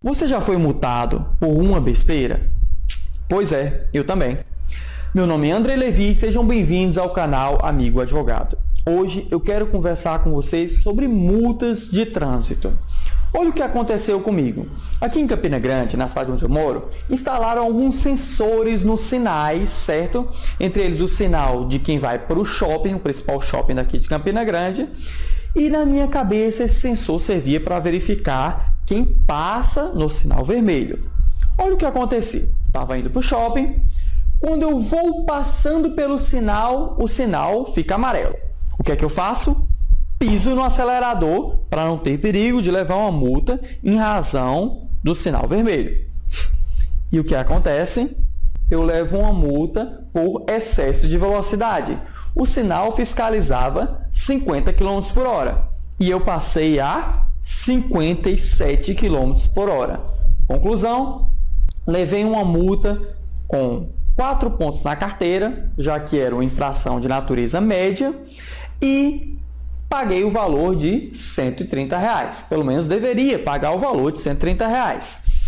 Você já foi multado por uma besteira? Pois é, eu também. Meu nome é André Levi e sejam bem-vindos ao canal Amigo Advogado. Hoje eu quero conversar com vocês sobre multas de trânsito. Olha o que aconteceu comigo. Aqui em Campina Grande, na cidade onde eu moro, instalaram alguns sensores nos sinais, certo? Entre eles o sinal de quem vai para o shopping, o principal shopping daqui de Campina Grande. E na minha cabeça esse sensor servia para verificar quem passa no sinal vermelho. Olha o que aconteceu. Estava indo para o shopping. Quando eu vou passando pelo sinal, o sinal fica amarelo. O que é que eu faço? Piso no acelerador para não ter perigo de levar uma multa em razão do sinal vermelho. E o que acontece? Eu levo uma multa por excesso de velocidade. O sinal fiscalizava 50 km por hora e eu passei a 57 km por hora. Conclusão, levei uma multa com 4 pontos na carteira, já que era uma infração de natureza média, e paguei o valor de R$ 130. Pelo menos deveria pagar o valor de R$ 130.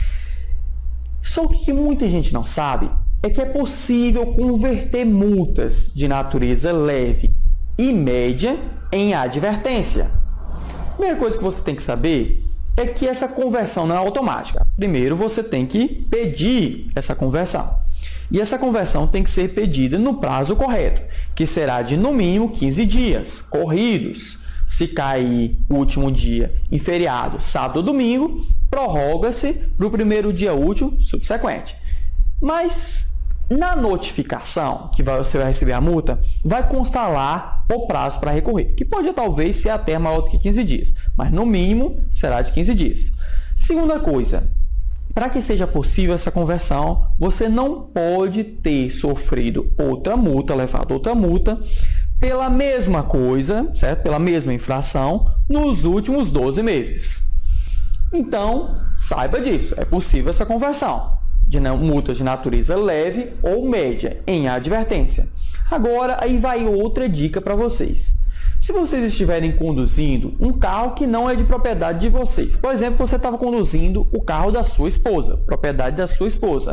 Só que o que muita gente não sabe é que é possível converter multas de natureza leve e média em advertência. A primeira coisa que você tem que saber é que essa conversão não é automática. Primeiro, você tem que pedir essa conversão. E essa conversão tem que ser pedida no prazo correto, que será de no mínimo 15 dias corridos. Se cair o último dia em feriado, sábado ou domingo, prorroga-se para o primeiro dia útil subsequente. Mas na notificação que você vai receber a multa, vai constar lá o prazo para recorrer, que pode talvez ser até maior do que 15 dias, mas no mínimo será de 15 dias. Segunda coisa, para que seja possível essa conversão, você não pode ter sofrido outra multa, levado outra multa, pela mesma coisa, certo? Pela mesma infração, nos últimos 12 meses. Então, saiba disso, é possível essa conversão de multas de natureza leve ou média em advertência. Agora, aí vai outra dica para vocês. Se vocês estiverem conduzindo um carro que não é de propriedade de vocês, por exemplo, você estava conduzindo o carro da sua esposa, propriedade da sua esposa,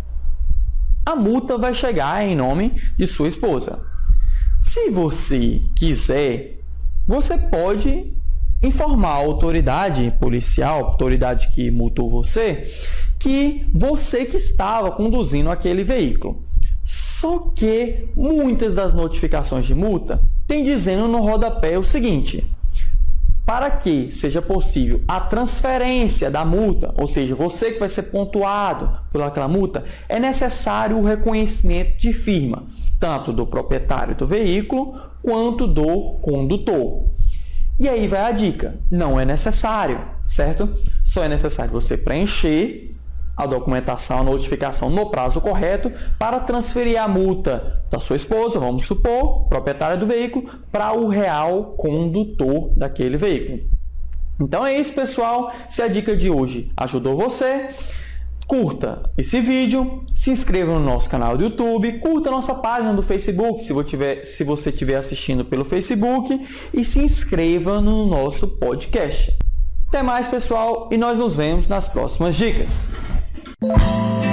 a multa vai chegar em nome de sua esposa. Se você quiser, você pode informar a autoridade policial, a autoridade que multou você, que você que estava conduzindo aquele veículo. Só que muitas das notificações de multa tem dizendo no rodapé o seguinte: para que seja possível a transferência da multa, ou seja, você que vai ser pontuado por aquela multa, é necessário o reconhecimento de firma, tanto do proprietário do veículo quanto do condutor. E aí vai a dica: não é necessário, certo? Só é necessário você preencher a documentação, a notificação no prazo correto para transferir a multa da sua esposa, vamos supor, proprietária do veículo, para o real condutor daquele veículo. Então é isso, pessoal. Se a dica de hoje ajudou você, curta esse vídeo, se inscreva no nosso canal do YouTube, curta a nossa página do Facebook, se você estiver assistindo pelo Facebook, e se inscreva no nosso podcast. Até mais, pessoal, e nós nos vemos nas próximas dicas.